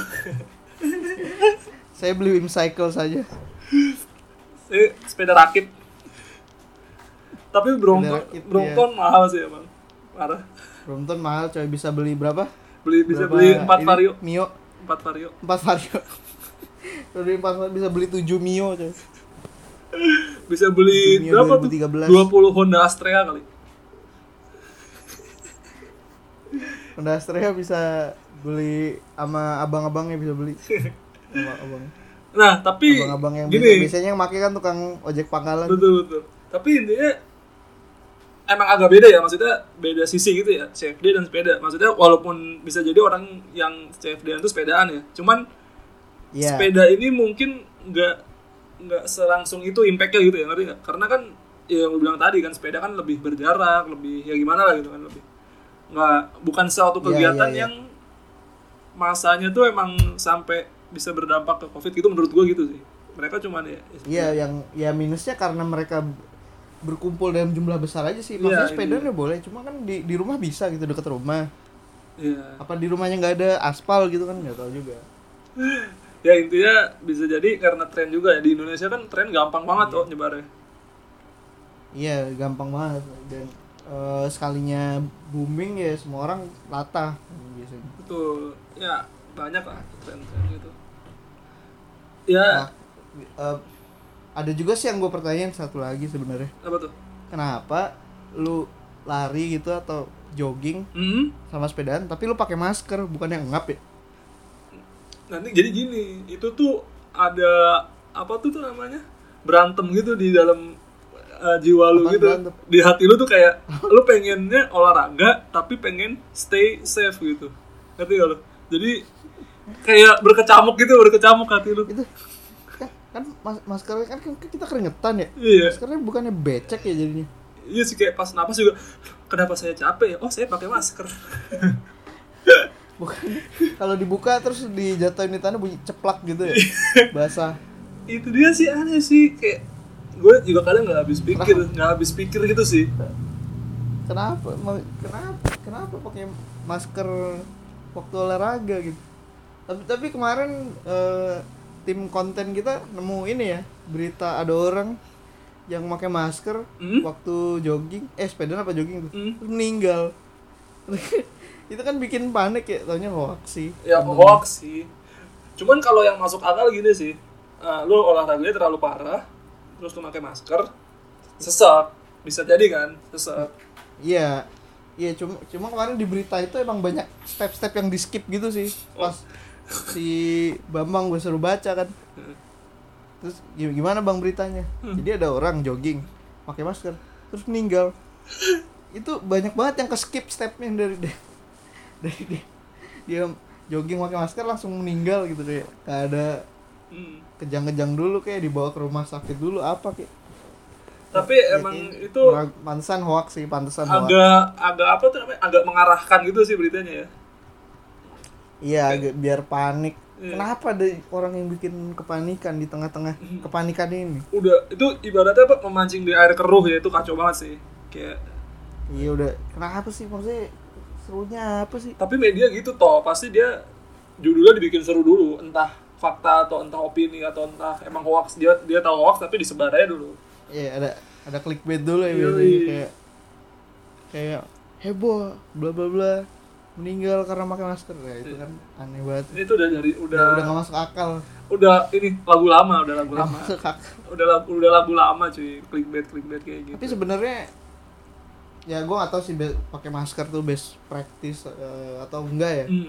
Saya beli Wimcycle saja. saya sepeda rakit. Tapi Brompton, rakit, Brompton mahal sih emang, parah. Brompton mahal coy bisa beli berapa? Beli bisa Berapa beli empat ini? vario, Mio empat vario. empat vario. Kalau beli empat vario bisa beli tujuh Mio coy. Bisa beli Mio berapa dua ribu tiga belas. tuh? dua puluh Honda Astrea kali. Honda Astrea bisa beli sama abang-abangnya bisa beli. Sama abang. Nah, tapi Abang-abang yang gini, biasa- biasanya yang pakai kan tukang ojek pangkalan. betul betul. Tapi intinya emang agak beda ya, maksudnya beda sisi gitu ya, C F D dan sepeda. Maksudnya walaupun bisa jadi orang yang C F D itu sepedaan ya, cuman Iya. sepeda ini mungkin nggak nggak selangsung itu impactnya gitu ya, ngerti nggak? Karena kan ya yang lu bilang tadi kan sepeda kan lebih berjarak, lebih ya gimana lah gitu kan, lebih nggak bukan suatu Iya, kegiatan iya, iya. yang masanya tuh emang sampai bisa berdampak ke COVID gitu menurut gua gitu sih. Mereka cuman ya, ya Iya, yang ya minusnya karena mereka berkumpul dalam jumlah besar aja sih. Maksudnya Iya, sepeda iya. udah boleh, cuma kan di di rumah bisa gitu deket rumah. Iya. Apa di rumahnya nggak ada aspal gitu kan nggak tahu juga. Ya intinya bisa jadi karena tren juga ya, di Indonesia kan tren gampang banget oh nyebarnya. Iya, gampang banget dan eh, sekalinya booming ya semua orang latah biasanya. Betul. Ya banyak lah tren-tren gitu. Ya Nah, eh, ada juga sih yang gue pertanyaan satu lagi sebenarnya. apa tuh? Kenapa lu lari gitu atau jogging Hmm? sama sepedaan tapi lu pakai masker bukan yang ngap ya? Nanti jadi gini, itu tuh ada apa tuh tuh namanya? Berantem gitu di dalam uh, jiwa lu Apaan gitu. berantem? Di hati lu tuh kayak lu pengennya olahraga tapi pengen stay safe gitu. Ngerti gak lu? Jadi kayak berkecamuk gitu, berkecamuk hati lu. Itu kan, kan mas- maskernya kan, kan kita keringetan ya. Iya. Maskernya bukannya becek ya jadinya. Iya sih, kayak pas napas juga, kenapa saya capek ya? Oh saya pakai masker. Bukan kalau dibuka terus dijatuhin di tanah bunyi ceplak gitu ya. Basah. Itu dia sih aneh sih, kayak gue juga kadang nggak habis pikir, nggak habis pikir gitu sih. kenapa ma- kenapa kenapa pakai masker waktu olahraga gitu. Tapi tapi kemarin eh, tim konten kita nemu ini ya, berita ada orang yang pakai masker Hmm? waktu jogging, eh sepeda apa jogging tuh, Hmm? terus meninggal. Itu kan bikin panik ya, taunya hoax sih. Ya Emang. hoax sih. Cuman kalau yang masuk akal gini sih, uh, lu olahraganya terlalu parah, terus lu pakai masker, sesak, bisa jadi kan, sesak. Iya, iya cuma cuma kemarin di berita itu emang banyak step-step yang di skip gitu sih. Pas si Bambang gue suruh baca kan. Terus gi- gimana bang beritanya? Jadi ada orang jogging pakai masker terus meninggal. Itu banyak banget yang ke skip stepnya dari dari, dari dia, dia jogging pakai masker langsung meninggal gitu, kayak gak ada Hmm. kejang-kejang dulu, kayak dibawa ke rumah sakit dulu apa kayak. Tapi Ya, emang kayak itu merag- pantesan hoax sih, pantesan hoax. agak agak apa tuh namanya? Agak mengarahkan gitu sih beritanya ya. Iya, agak biar panik. Iya. Kenapa ada orang yang bikin kepanikan di tengah-tengah kepanikan ini? Udah itu ibaratnya apa, memancing di air keruh ya, itu kacau banget sih. Kayak Iya udah, kenapa sih maksudnya, serunya apa sih? tapi media gitu toh, pasti dia judulnya dibikin seru dulu, entah fakta atau entah opini atau entah emang hoax, dia dia tahu hoax tapi disebar aja dulu. Iya, ada ada clickbait dulu ya Yoi. biasanya, kayak kayak heboh bla bla bla meninggal karena pakai masker. Ya itu kan aneh banget. Ini tuh udah dari Udah udah udah gak masuk akal. udah ini lagu lama, udah lagu Gak lama. masuk akal. Udah lagu udah lagu lama cuy, clickbait clickbait kayak gitu. Tapi sebenarnya ya gue gak tahu sih be- pakai masker tuh best practice eh, atau enggak ya. Hmm.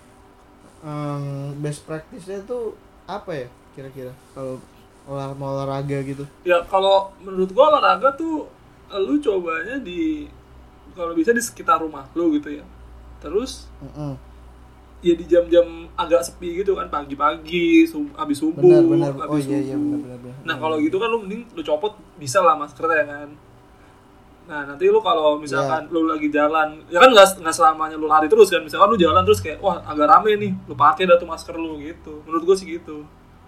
Em, best practice-nya tuh apa ya kira-kira kalau olah mau olahraga gitu? Ya kalau menurut gua olahraga tuh eh, lu cobanya di kalau bisa di sekitar rumah lu gitu ya. Terus Mm-mm. ya di jam-jam agak sepi gitu kan, pagi-pagi, sub, abis subuh, Benar benar. Oh abis iya iya subuh. benar benar. benar. Nah kalau gitu kan lu mending lu copot bisa lah maskernya kan. Nah nanti lu kalau misalkan lu lagi jalan, ya kan nggak nggak selamanya lu lari terus kan. Misalkan lu jalan terus kayak wah agak rame nih, lu pakai dah tuh masker lu gitu. Menurut gua sih gitu.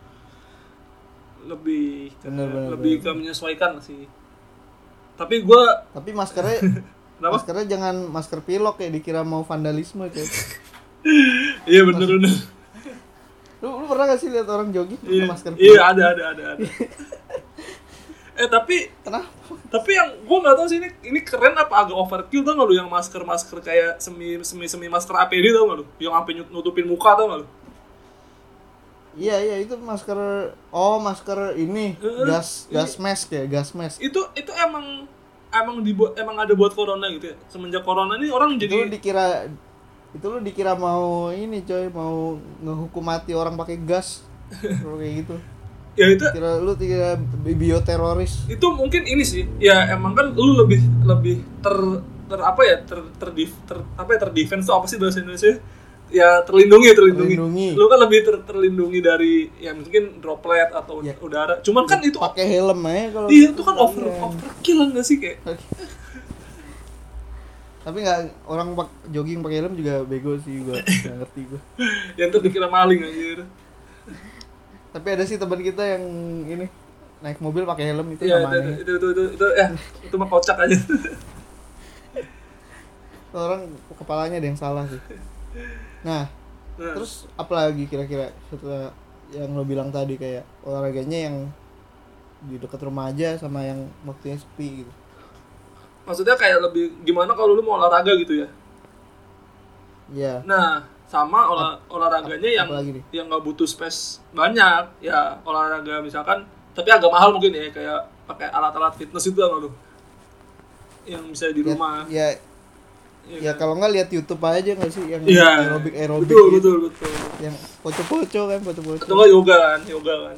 Lebih ke, Bener, bener, lebih bener. ke menyesuaikan sih. Tapi gua Tapi maskernya kenapa? maskernya jangan masker pilok ya, dikira mau vandalisme coy. Iya bener bener. Lu, lu pernah gak sih lihat orang jogging pakai Iya, masker pilok? iya ada ada ada ada. eh tapi Kenapa? tapi yang gua nggak tahu sih ini ini keren apa agak overkill, tau nggak lu yang masker masker kayak semi semi semi masker A P D tau nggak lu, yang sampai nut- nutupin muka tau nggak lu? Iya iya itu masker, oh masker ini Eh, gas iya. gas mask ya, gas mask. Itu itu emang emang dibuat emang ada buat corona gitu ya. Semenjak corona ini orang Itu jadi lu dikira itu lu dikira mau ini coy, mau ngehukum mati orang pakai gas. Kalau kayak gitu. ya itu Kira lu kira bioteroris. itu mungkin ini sih ya, emang kan lu lebih lebih ter ter apa ya ter ter, ter apa ya terdefense tuh apa sih bahasa Indonesia ya, terlindungi terlindungi, Terlindungi. lu kan lebih ter, terlindungi dari ya mungkin droplet atau Ya. udara, cuman kan itu Pakai helm aja kalau. iya itu kan over Iya. overkill nggak sih kayak Tapi nggak, orang pak jogging pakai helm juga bego sih, gua nggak ngerti gua. yang tuh dikira maling anjir. Tapi ada sih teman kita yang ini naik mobil pakai helm, itu Iya sama itu, aneh. itu, itu itu itu ya itu mah kocak aja. Orang kepalanya ada yang salah sih. Nah, Nah, terus apa lagi kira-kira setelah yang lo bilang tadi, kayak olahraganya yang di dekat rumah aja sama yang waktunya sepi gitu. maksudnya kayak lebih gimana kalau lu mau olahraga gitu ya. Iya. Nah, sama olah, olahraganya yang apa lagi nih? yang nggak butuh space banyak, ya olahraga misalkan, tapi agak mahal mungkin ya, kayak pakai alat-alat fitness itu apa lu? Yang bisa di rumah. Ya, ya, ya kan? kalau nggak lihat YouTube aja nggak sih yang Iya. aerobik aerobik Betul, gitu. betul, betul. Yang poco-poco kan, poco-poco. Atau nggak yoga kan, yoga kan.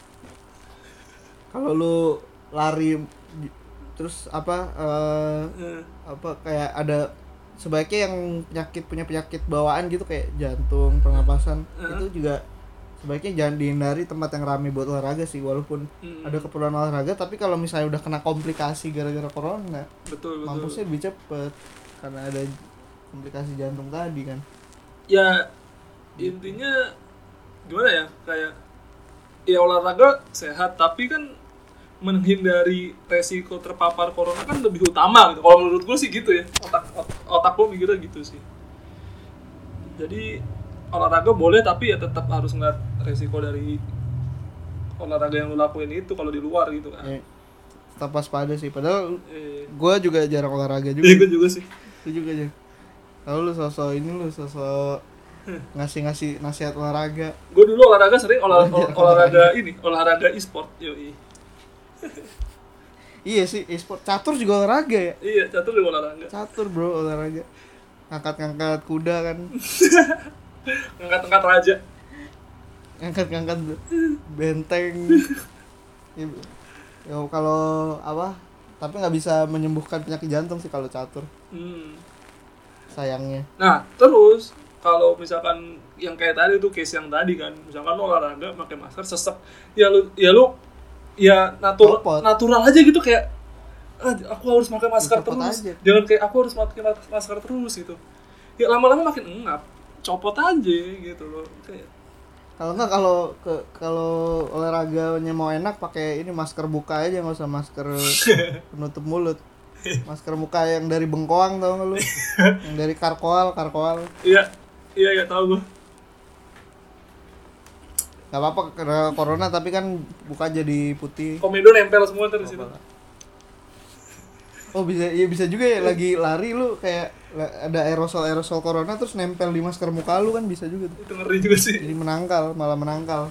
Kalau lu lari terus apa eh, Eh, apa kayak ada sebaiknya yang penyakit punya penyakit bawaan gitu kayak jantung, pernapasan, Uh-huh. itu juga sebaiknya jangan dihindari tempat yang ramai buat olahraga sih, walaupun Mm-mm. ada keperluan olahraga, tapi kalau misalnya udah kena komplikasi gara-gara corona, Betul, betul. mampusnya lebih cepet karena ada komplikasi jantung tadi kan. Ya intinya gimana ya, kayak ya olahraga sehat, tapi kan menghindari resiko terpapar corona kan lebih utama gitu. Kalau menurut gue sih gitu ya. Otak ot- otak gue mikirnya gitu sih. Jadi olahraga boleh tapi ya tetap harus ngeliat resiko dari olahraga yang lu lakuin itu kalau di luar gitu kan. Ya, tetap waspada sih. Padahal Eh, gue juga jarang olahraga juga. iya gue juga sih. Lu juga aja. Lalu lu sosok ini lu sosok ngasih-ngasih nasihat olahraga. Gue dulu olahraga sering olah, ol- olahraga ini, olahraga e-sport. Yoi. Iya sih, e-sport catur juga olahraga ya. Iya, catur juga olahraga. Catur bro olahraga. Ngangkat-ngangkat kuda kan. Ngangkat-ngangkat raja. Ngangkat-ngangkat benteng. Ya, ya kalau apa? Tapi nggak bisa menyembuhkan penyakit jantung sih kalau catur. Hmm. Sayangnya. Nah, terus kalau misalkan yang kayak tadi tuh case yang tadi kan, misalkan lu olahraga pakai masker sesek, ya lu ya lu ya natur, Copot. natural aja gitu kayak ah, aku harus pakai masker Copot terus. aja. Jangan kayak aku harus pakai masker terus gitu. Ya lama-lama makin engap. Copot aja gitu loh. Kayak Kalau nggak kalau ke kalau olahraganya mau enak pakai ini masker buka aja, nggak usah masker penutup mulut. Masker muka yang dari bengkoang tau nggak lu? Yang dari karkoal karkoal. iya, iya ya tahu gue. Gak apa-apa karena corona tapi kan buka jadi putih. Komedo nempel semua ntar di situ. Oh bisa, iya bisa juga ya lagi lari lu kayak ada aerosol aerosol corona terus nempel di masker muka lu kan bisa juga tuh. Itu ngeri juga sih. Jadi menangkal malah menangkal.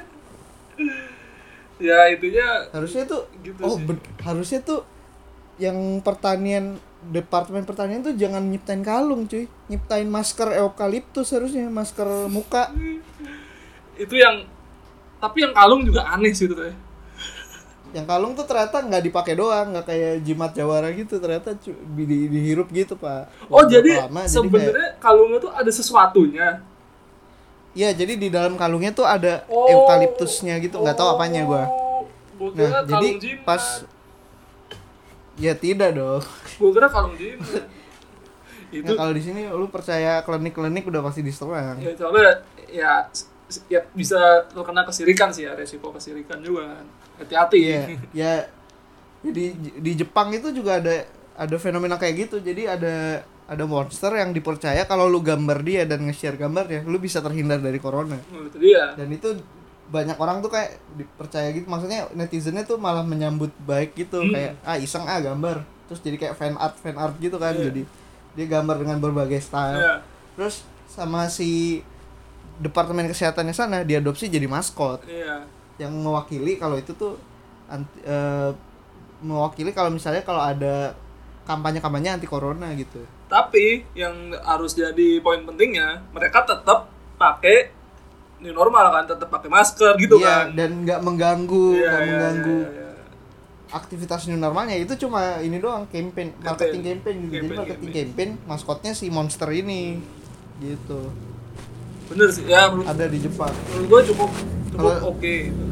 Ya itunya Harusnya tuh gitu oh sih. ben- harusnya tuh yang pertanian departemen pertanian tuh jangan nyiptain kalung cuy, nyiptain masker eukaliptus harusnya masker muka. Itu yang tapi yang kalung juga aneh sih itu tuh. Yang kalung tuh ternyata nggak dipakai doang, nggak kayak jimat jawara gitu, ternyata cu- di, di- dihirup gitu pak. Oh Berapa jadi lama, sebenarnya kalungnya tuh ada sesuatunya. Iya jadi di dalam kalungnya tuh ada Oh. eukaliptusnya gitu, nggak tahu apanya gua. Gua kira Nah jadi kalung jimat. pas ya tidak dong. Gua kira kalung jimat. Itu Nah, kalau di sini lu percaya klinik-klinik udah pasti diserang. ya soalnya ya ya bisa terkena kesirikan sih ya, resiko kesirikan juga kan. Hati-hati. Iya, ya jadi di Jepang itu juga ada ada fenomena kayak gitu. Jadi ada ada monster yang dipercaya kalau lu gambar dia dan nge-share gambarnya, lu bisa terhindar dari corona. Oh, itu dia. Dan itu banyak orang tuh kayak dipercaya gitu. Maksudnya netizennya tuh malah menyambut baik gitu, Hmm. kayak ah iseng ah gambar. Terus jadi kayak fan art fan art gitu kan. Iya. Jadi dia gambar dengan berbagai style. Iya. Terus sama si departemen kesehatannya sana diadopsi jadi maskot. Iya. Yang mewakili kalau itu tuh anti, eh, mewakili kalau misalnya kalau ada kampanye-kampanye anti corona gitu. Tapi yang harus jadi poin pentingnya, mereka tetap pakai new normal kan, tetap pakai masker gitu Iya, kan. dan nggak mengganggu, Iya, nggak iya, mengganggu iya, iya. aktivitas new normalnya. Itu cuma ini doang, campaign, marketing campaign gitu. Jadi Campaign, marketing campaign. campaign maskotnya si monster ini gitu. Bener sih, ya menurut, Ada di Jepang. menurut gue cukup cukup Kalau- oke.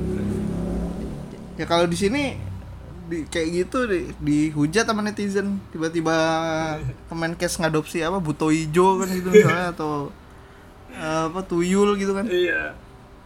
Ya kalau di sini di, kayak gitu di, dihujat sama netizen, tiba-tiba Kemenkes ngadopsi apa buto ijo kan gitu misalnya atau eh, apa tuyul gitu kan. Iya.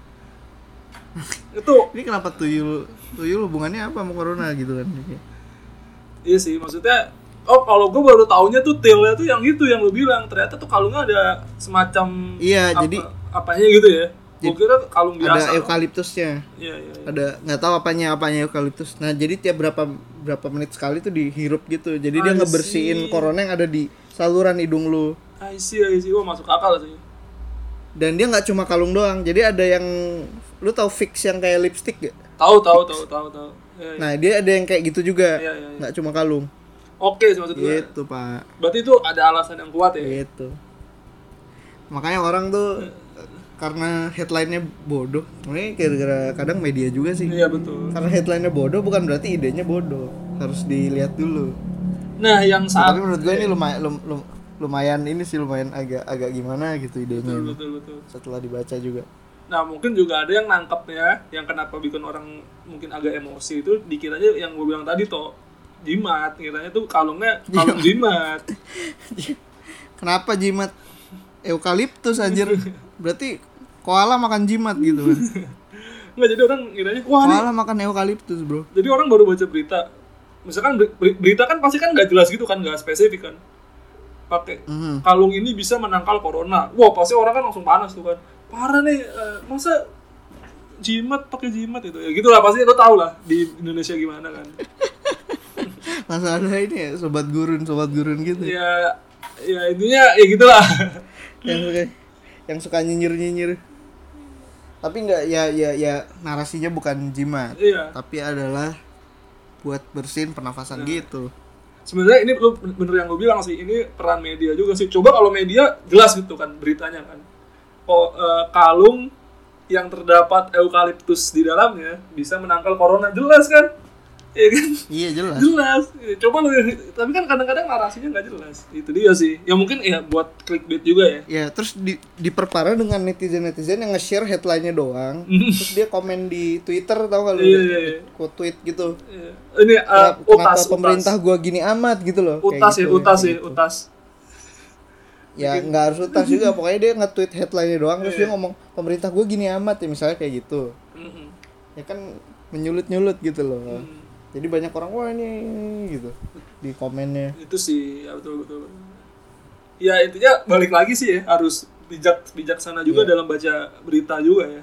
Itu Ini kenapa tuyul? Tuyul hubungannya apa sama corona gitu kan? iya sih, maksudnya oh kalau gue baru taunya tuh tailnya tuh yang itu yang lu bilang, ternyata tuh kalungnya ada semacam Iya, apa- jadi apanya gitu ya. Gue jadi kira kalung biasa. ada eukaliptusnya. Iya, iya, iya. Ada nggak tahu apanya apanya eukaliptus. Nah, jadi tiap berapa berapa menit sekali tuh dihirup gitu. Jadi dia I ngebersihin see. corona yang ada di saluran hidung lu. I see, I see. Wah, masuk akal sih. Dan dia nggak cuma kalung doang. Jadi ada yang lu tahu fix yang kayak lipstick gak? Tahu, tahu, tahu, tahu, tahu. Iya, iya. Nah, dia ada yang kayak gitu juga. Iya, iya, iya. Nggak cuma kalung. Oke sih maksud gue. Gitu, Pak. Berarti itu ada alasan yang kuat ya. Gitu. Makanya orang tuh karena headline-nya bodoh. Ini gara-gara kadang media juga sih. Iya, betul. Karena headline-nya bodoh bukan berarti idenya bodoh. Harus dilihat dulu. Nah, yang Nah, saat tapi menurut gue ini lumayan lum- lum- lumayan ini sih lumayan agak agak gimana gitu idenya. betul, ini. betul, betul. Setelah dibaca juga. Nah, mungkin juga ada yang nangkepnya, yang kenapa bikin orang mungkin agak emosi itu dikiranya yang gue bilang tadi toh jimat, kiranya tuh kalungnya kalung jimat. Kenapa jimat eukaliptus anjir? Berarti koala makan jimat gitu kan. Nggak, jadi orang ngiranya wah nih. Malah makan eukaliptus, bro. Jadi orang baru baca berita. Misalkan ber- berita kan pasti kan nggak jelas gitu kan, nggak spesifik kan. Pakai Mhm. kalung ini bisa menangkal corona. Wah, pasti orang kan langsung panas tuh kan. Parah nih, eh, masa jimat pakai jimat itu ya gitulah, pasti lo tau lah di Indonesia gimana kan. Langsung ada ini ya, sobat gurun, sobat gurun gitu. Ya, ya intinya ya gitulah. yang suka yang suka nyinyir-nyinyir. Tapi enggak, ya ya ya narasinya bukan jimat. Iya. Tapi adalah buat bersihin pernafasan Nah. gitu. Sebenarnya ini lu bener yang gue bilang sih, ini peran media juga sih. Coba kalau media jelas gitu kan beritanya kan. Oh, eh, kalung yang terdapat eukaliptus di dalamnya bisa menangkal corona, jelas kan? Iya kan? Iya jelas. Jelas. Coba lu, tapi kan kadang-kadang narasinya nggak jelas. Itu dia sih. Ya mungkin ya buat clickbait juga ya. Ya, terus di, diperparah dengan netizen-netizen yang nge-share headline-nya doang. Terus dia komen di Twitter, tau gak lu? Iya, iya, iya. Quote tweet gitu. Iya. Ini uh, Kenapa, utas, kenapa pemerintah utas. gua gini amat gitu loh. Kayak Utas ya, gitu, utas kayak ya, gitu. utas. Ya nggak harus utas juga, pokoknya dia nge-tweet headline-nya doang terus Iya. dia ngomong pemerintah gua gini amat ya, misalnya kayak gitu. Mm-mm. Ya kan menyulut-nyulut gitu loh. Mm. Jadi banyak orang wah ini gitu di komennya. Itu sih, ya betul betul. Ya intinya balik lagi sih ya, harus bijak bijaksana juga Iya. dalam baca berita juga ya.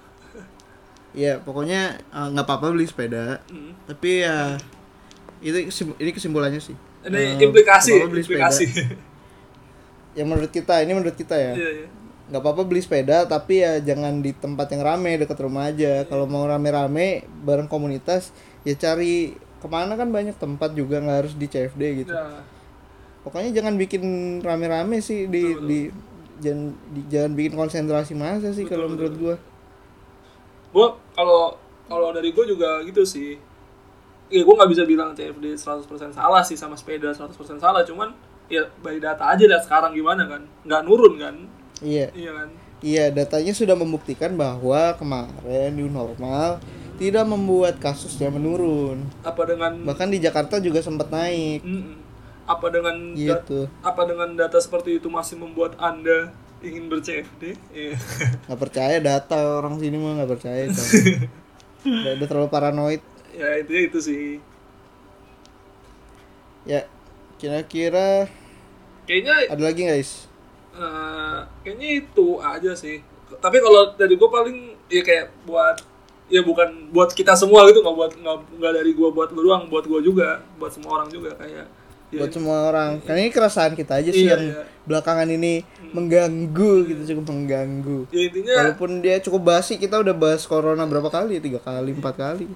Ya pokoknya eh, nggak apa-apa beli sepeda, Mm. tapi ya itu kesim- ini kesimpulannya sih. Ini Eh, implikasi, nggak apa-apa beli implikasi. sepeda. Yang menurut kita, ini menurut kita ya. Iya, iya. Nggak apa-apa beli sepeda, tapi ya jangan di tempat yang rame, dekat rumah aja. Kalau mau rame-rame bareng komunitas, ya cari kemana, kan banyak tempat juga, nggak harus di C F D gitu. Nah, Pokoknya jangan bikin rame-rame sih di Betul, di jangan di, jangan bikin konsentrasi massa sih Betul, kalau betul. menurut gua. gua kalau kalau dari gua juga gitu sih. Ya gua nggak bisa bilang C F D seratus persen salah sih sama sepeda seratus persen salah, cuman ya by data aja lihat sekarang gimana kan. Nggak nurun kan? Iya. Iya kan? Iya, datanya sudah membuktikan bahwa kemarin new normal tidak membuat kasusnya menurun. Apa dengan Bahkan di Jakarta juga sempat naik. Mm-mm. apa dengan da- Gitu. apa dengan data seperti itu masih membuat Anda ingin ber-C F D? Iya. Nggak percaya data orang sini mah, nggak percaya itu. udah, udah terlalu paranoid. Ya intinya itu sih. Ya, kira-kira Kayaknya ada lagi guys? eh, kayaknya itu aja sih. Tapi kalau dari gue paling ya kayak buat ya bukan buat kita semua gitu, nggak buat nggak nggak dari gue buat lu doang, buat gue juga, buat semua orang juga kayak. Ya, Buat semua orang. Karena ini keresahan kita aja sih Iya, yang iya. belakangan ini mengganggu gitu, cukup mengganggu. ya intinya Walaupun dia cukup basi, kita udah bahas corona berapa kali? Tiga kali, empat kali.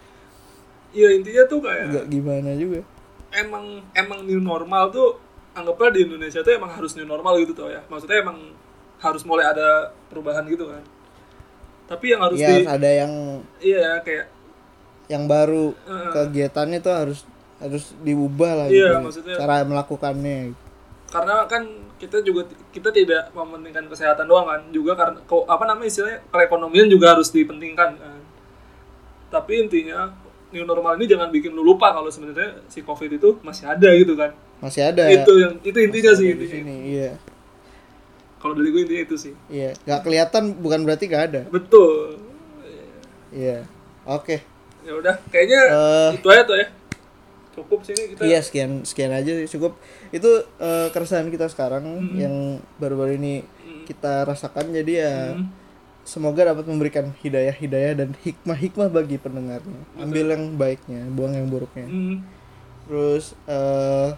ya intinya tuh kayak Enggak gimana juga. emang emang new normal tuh anggaplah di Indonesia tuh emang harus new normal gitu tuh ya. Maksudnya emang harus mulai ada perubahan gitu kan. Tapi yang harus Iya, di harus ada yang iya kayak yang baru, Heeh. kegiatannya tuh harus harus diubah lah Iya, gitu, maksudnya- cara melakukannya. karena kan kita juga kita tidak mementingkan kesehatan doang kan, juga karena ko- apa namanya istilahnya perekonomian juga harus dipentingkan kan. Tapi intinya new normal ini jangan bikin lu lupa kalau sebenarnya si Covid itu masih ada gitu kan. Masih ada. Itu yang itu intinya masih sih ada di intinya. sini, iya. Kalau dari gue intinya itu sih. Iya, nggak kelihatan bukan berarti nggak ada. Betul. Iya. Oke. Ya udah, kayaknya Eh, itu aja tuh ya. Cukup sini kita. Iya, sekian sekian aja sih, cukup. Itu eh, keresahan kita sekarang Mhm. yang baru-baru ini Hmm. kita rasakan, jadi ya Hmm. semoga dapat memberikan hidayah-hidayah dan hikmah-hikmah bagi pendengarnya. Ambil yang baiknya, buang yang buruknya. Hmm. Terus eh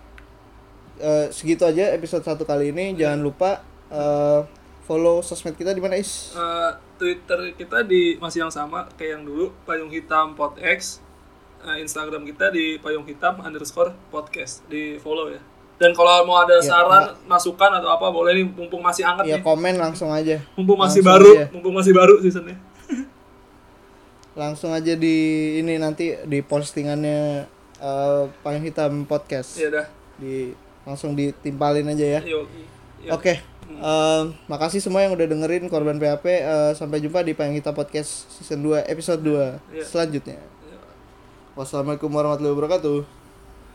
eh, segitu aja episode satu kali ini. Jangan lupa eh, follow sosmed kita di mana, Is? Eh, Twitter kita di masih yang sama kayak yang dulu, Payung Hitam Podx. Eh, Instagram kita di Payung Hitam underscore podcast, di follow ya. Dan kalau mau ada Ya, saran, masukan atau apa boleh nih, mumpung masih hangat Ya nih, komen langsung aja. mumpung masih langsung baru, aja. mumpung masih baru seasonnya. Langsung aja di ini nanti di postingannya eh, Payung Hitam Podcast. Ya udah, Di langsung ditimpalin aja ya. yuk. yuk. Oke. em, makasih semua yang udah dengerin Korban P H P. Eh, sampai jumpa di Payung Hitam Podcast season dua episode dua Iya. selanjutnya. Wassalamualaikum warahmatullahi wabarakatuh.